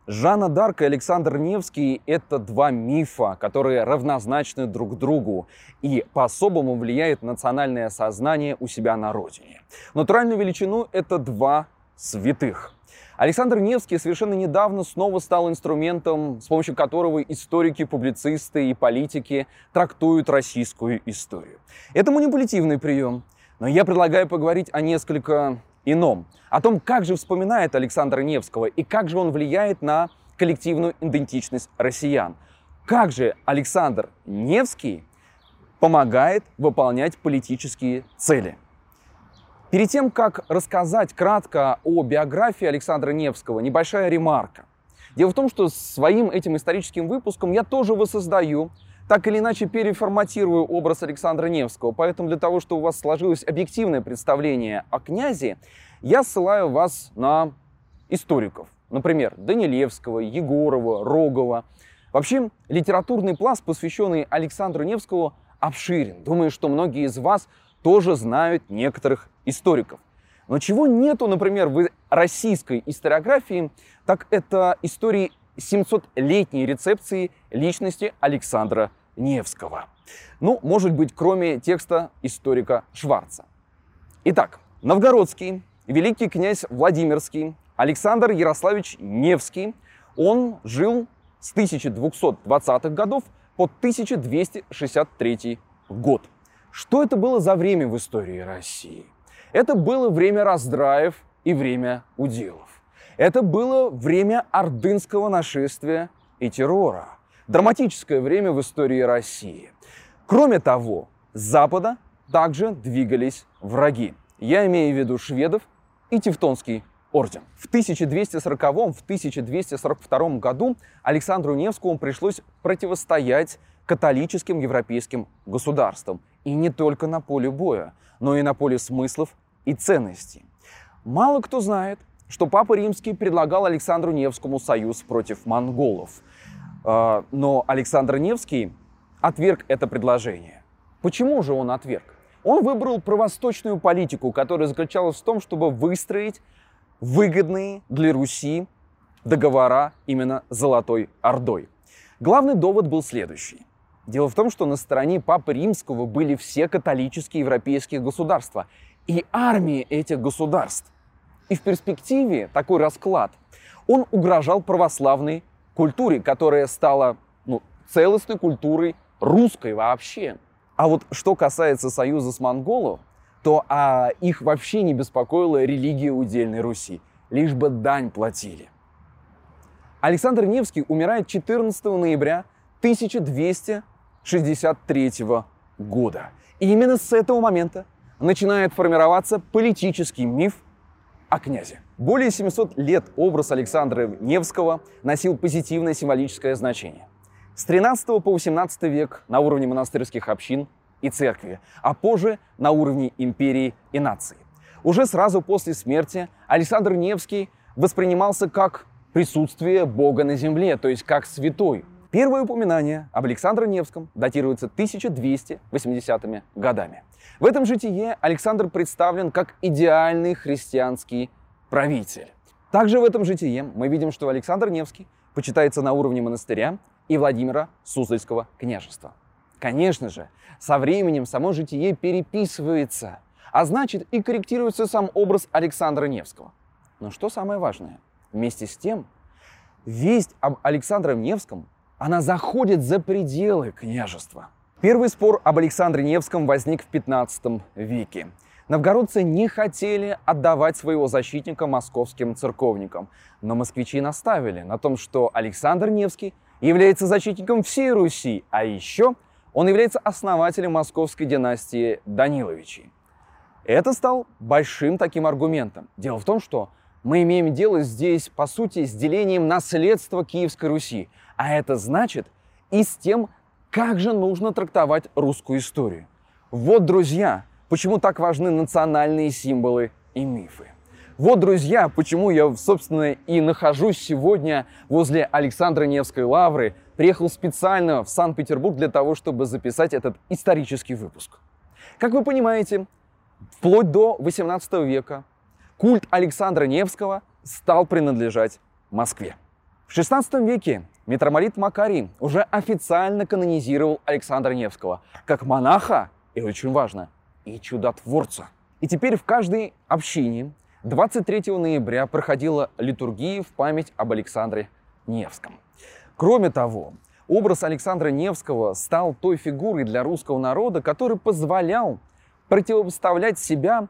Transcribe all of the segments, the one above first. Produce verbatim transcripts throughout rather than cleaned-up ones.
Жанна д'Арк и Александр Невский – это два мифа, которые равнозначны друг другу и по-особому влияют на национальное сознание у себя на родине. В натуральную величину это два святых. Александр Невский совершенно недавно снова стал инструментом, с помощью которого историки, публицисты и политики трактуют российскую историю. Это манипулятивный прием, но я предлагаю поговорить о несколько ином. О том, как же вспоминает Александра Невского и как же он влияет на коллективную идентичность россиян. Как же Александр Невский помогает выполнять политические цели. Перед тем, как рассказать кратко о биографии Александра Невского, небольшая ремарка. Дело в том, что своим этим историческим выпуском я тоже воссоздаю, так или иначе переформатирую образ Александра Невского. Поэтому для того, чтобы у вас сложилось объективное представление о князе, я ссылаю вас на историков. Например, Данилевского, Егорова, Рогова. Вообще, литературный пласт, посвященный Александру Невскому, обширен. Думаю, что многие из вас тоже знают некоторых историков. Но чего нету, например, в российской историографии, так это истории семисотлетней рецепции личности Александра Невского. Ну, может быть, кроме текста историка Шварца. Итак, новгородский великий князь Владимирский Александр Ярославич Невский, он жил с тысяча двухсот двадцатых годов по тысяча двести шестьдесят третий год. Что это было за время в истории России? Это было время раздраев и время уделов. Это было время ордынского нашествия и террора. Драматическое время в истории России. Кроме того, с запада также двигались враги. Я имею в виду шведов и Тевтонский орден. В тысяча двести сороковом — тысяча двести сорок втором году Александру Невскому пришлось противостоять католическим европейским государствам. И не только на поле боя, но и на поле смыслов и ценностей. Мало кто знает, что Папа Римский предлагал Александру Невскому союз против монголов. Но Александр Невский отверг это предложение. Почему же он отверг? Он выбрал правосточную политику, которая заключалась в том, чтобы выстроить выгодные для Руси договора именно с Золотой Ордой. Главный довод был следующий. Дело в том, что на стороне Папы Римского были все католические европейские государства и армии этих государств. И в перспективе такой расклад, он угрожал православной культуре, которая стала ну, целостной культурой русской вообще. А вот что касается союза с монголом, то а, их вообще не беспокоила религия удельной Руси, лишь бы дань платили. Александр Невский умирает четырнадцатого ноября тысяча двести шестьдесят третьего года. И именно с этого момента начинает формироваться политический миф о князе. Более семисот лет образ Александра Невского носил позитивное символическое значение. С тринадцатого по восемнадцатый век на уровне монастырских общин и церкви, а позже на уровне империи и нации. Уже сразу после смерти Александр Невский воспринимался как присутствие Бога на земле, то есть как святой. Первое упоминание об Александре Невском датируется тысяча двести восьмидесятыми годами. В этом житие Александр представлен как идеальный христианский правитель. Также в этом житие мы видим, что Александр Невский почитается на уровне монастыря и Владимира Суздальского княжества. Конечно же, со временем само житие переписывается, а значит и корректируется сам образ Александра Невского. Но что самое важное? Вместе с тем, весть об Александре Невском, она заходит за пределы княжества. Первый спор об Александре Невском возник в пятнадцатом веке. Новгородцы не хотели отдавать своего защитника московским церковникам, но москвичи наставили на том, что Александр Невский является защитником всей Руси, а еще он является основателем московской династии Даниловичей. Это стал большим таким аргументом. Дело в том, что мы имеем дело здесь, по сути, с делением наследства Киевской Руси, а это значит и с тем, как же нужно трактовать русскую историю. Вот, друзья, почему так важны национальные символы и мифы. Вот, друзья, почему я, собственно, и нахожусь сегодня возле Александра Невской лавры. Приехал специально в Санкт-Петербург для того, чтобы записать этот исторический выпуск. Как вы понимаете, вплоть до восемнадцатого века культ Александра Невского стал принадлежать Москве. В шестнадцатом веке митрополит Макарий уже официально канонизировал Александра Невского как монаха, и очень важно, и чудотворца. И теперь в каждой общине двадцать третьего ноября проходила литургия в память об Александре Невском. Кроме того, образ Александра Невского стал той фигурой для русского народа, который позволял противопоставлять себя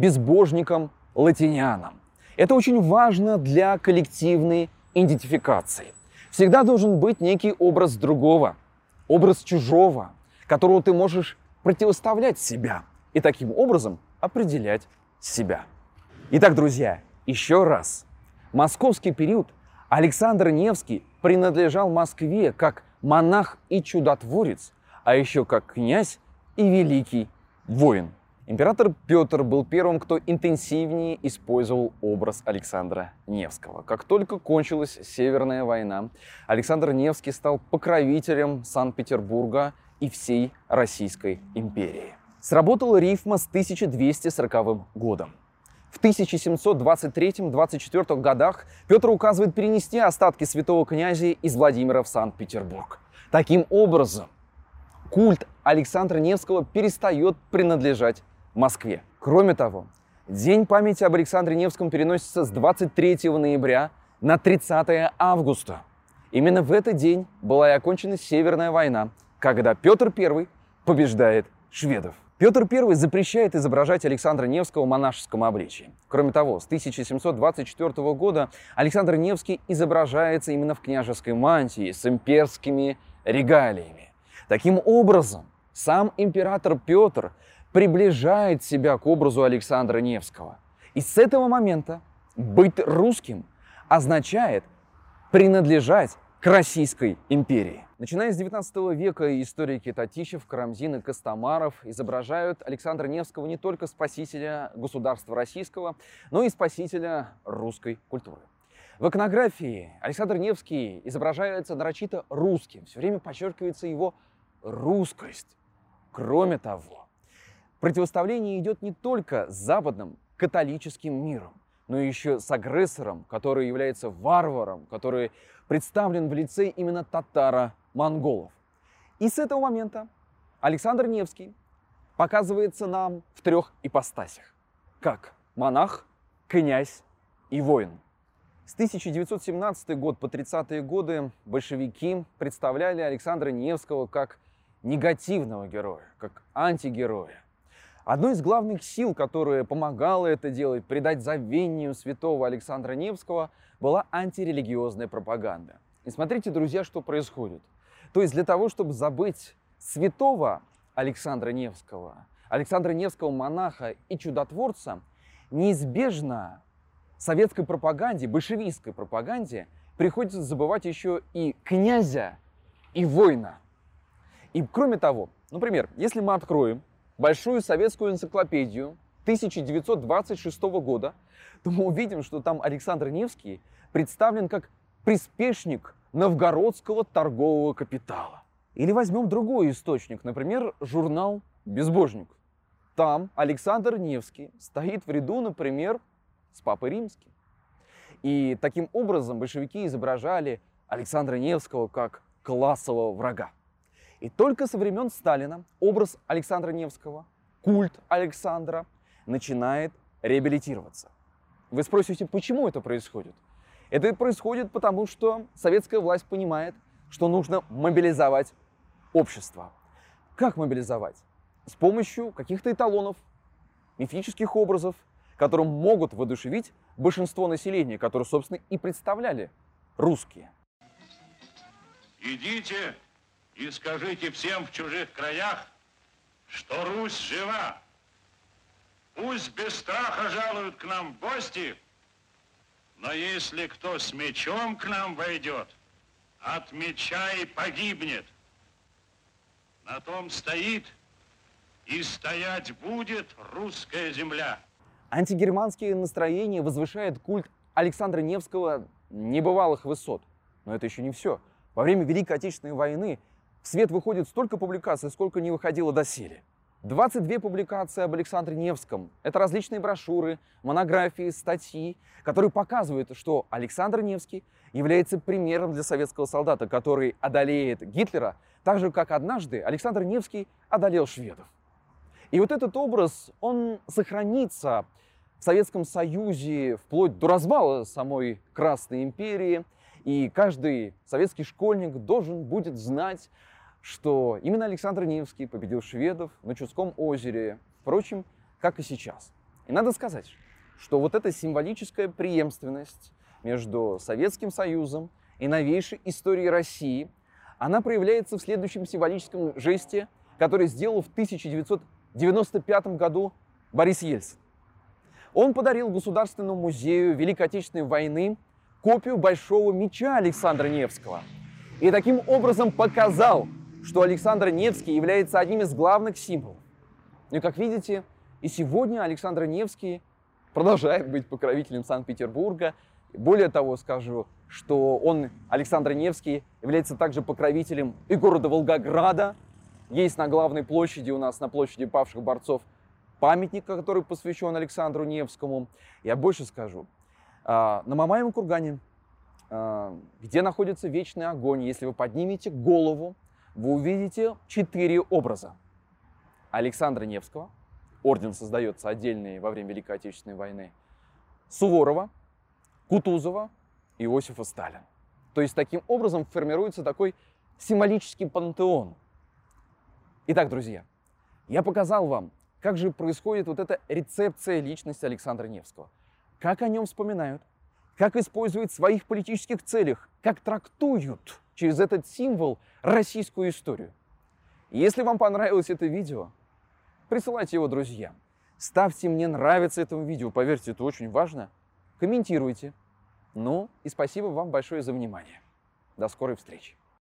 безбожникам-латинянам. Это очень важно для коллективной идентификации. Всегда должен быть некий образ другого, образ чужого, которого ты можешь противоставлять себя и таким образом определять себя. Итак, друзья, еще раз. Московский период Александр Невский принадлежал Москве как монах и чудотворец, а еще как князь и великий воин. Император Петр был первым, кто интенсивнее использовал образ Александра Невского. Как только кончилась Северная война, Александр Невский стал покровителем Санкт-Петербурга и всей Российской империи. Сработала рифма с тысяча двести сороковым годом. В тысяча семьсот двадцать третьем — двадцать четвёртом годах Петр указывает перенести остатки святого князя из Владимира в Санкт-Петербург. Таким образом, культ Александра Невского перестает принадлежать Москве. Кроме того, День памяти об Александре Невском переносится с двадцать третьего ноября на тридцатое августа. Именно в этот день была и окончена Северная война, когда Петр Первый побеждает шведов. Петр Первый запрещает изображать Александра Невского в монашеском обличии. Кроме того, с тысяча семьсот двадцать четвёртого года Александр Невский изображается именно в княжеской мантии с имперскими регалиями. Таким образом, сам император Петр приближает себя к образу Александра Невского. И с этого момента быть русским означает принадлежать к Российской империи. Начиная с девятнадцатого века историки Татищев, Карамзин и Костомаров изображают Александра Невского не только спасителя государства российского, но и спасителя русской культуры. В иконографии Александр Невский изображается нарочито русским, все время подчеркивается его русскость. Кроме того, противостояние идет не только с западным католическим миром, но еще с агрессором, который является варваром, который представлен в лице именно татаро-монголов. И с этого момента Александр Невский показывается нам в трех ипостасях, как монах, князь и воин. С тысяча девятьсот семнадцатого года по тридцатые годы большевики представляли Александра Невского как негативного героя, как антигероя. Одной из главных сил, которая помогала это делать, придать забвению святого Александра Невского, была антирелигиозная пропаганда. И смотрите, друзья, что происходит. То есть для того, чтобы забыть святого Александра Невского, Александра Невского монаха и чудотворца, неизбежно советской пропаганде, большевистской пропаганде приходится забывать еще и князя, и воина. И кроме того, например, если мы откроем большую советскую энциклопедию тысяча девятьсот двадцать шестого года, то мы увидим, что там Александр Невский представлен как приспешник новгородского торгового капитала. Или возьмем другой источник, например, журнал «Безбожник». Там Александр Невский стоит в ряду, например, с Папой Римским. И таким образом большевики изображали Александра Невского как классового врага. И только со времен Сталина образ Александра Невского, культ Александра, начинает реабилитироваться. Вы спросите, почему это происходит? Это происходит потому, что советская власть понимает, что нужно мобилизовать общество. Как мобилизовать? С помощью каких-то эталонов, мифических образов, которые могут воодушевить большинство населения, которые, собственно, и представляли русские. Идите и скажите всем в чужих краях, что Русь жива. Пусть без страха жалуют к нам в гости, но если кто с мечом к нам войдет, от меча и погибнет. На том стоит и стоять будет русская земля. Антигерманские настроения возвышает культ Александра Невского небывалых высот. Но это еще не все. Во время Великой Отечественной войны в свет выходит столько публикаций, сколько не выходило доселе. двадцать две публикации об Александре Невском. Это различные брошюры, монографии, статьи, которые показывают, что Александр Невский является примером для советского солдата, который одолеет Гитлера, так же, как однажды Александр Невский одолел шведов. И вот этот образ, он сохранится в Советском Союзе вплоть до развала самой Красной империи. И каждый советский школьник должен будет знать, что именно Александр Невский победил шведов на Чудском озере, впрочем, как и сейчас. И надо сказать, что вот эта символическая преемственность между Советским Союзом и новейшей историей России, она проявляется в следующем символическом жесте, который сделал в тысяча девятьсот девяносто пятом году Борис Ельцин. Он подарил Государственному музею Великой Отечественной войны копию большого меча Александра Невского. И таким образом показал, что Александр Невский является одним из главных символов. И, как видите, и сегодня Александр Невский продолжает быть покровителем Санкт-Петербурга. Более того, скажу, что он, Александр Невский, является также покровителем и города Волгограда. Есть на главной площади у нас, на площади павших борцов, памятник, который посвящен Александру Невскому. Я больше скажу. На Мамаевом кургане, где находится вечный огонь, если вы поднимете голову, вы увидите четыре образа Александра Невского. Орден создается отдельный во время Великой Отечественной войны. Суворова, Кутузова, Иосифа Сталина. То есть таким образом формируется такой символический пантеон. Итак, друзья, я показал вам, как же происходит вот эта рецепция личности Александра Невского. Как о нем вспоминают, как используют в своих политических целях, как трактуют через этот символ российскую историю. Если вам понравилось это видео, присылайте его друзьям. Ставьте «Мне нравится» этому видео, поверьте, это очень важно. Комментируйте. Ну и спасибо вам большое за внимание. До скорой встречи.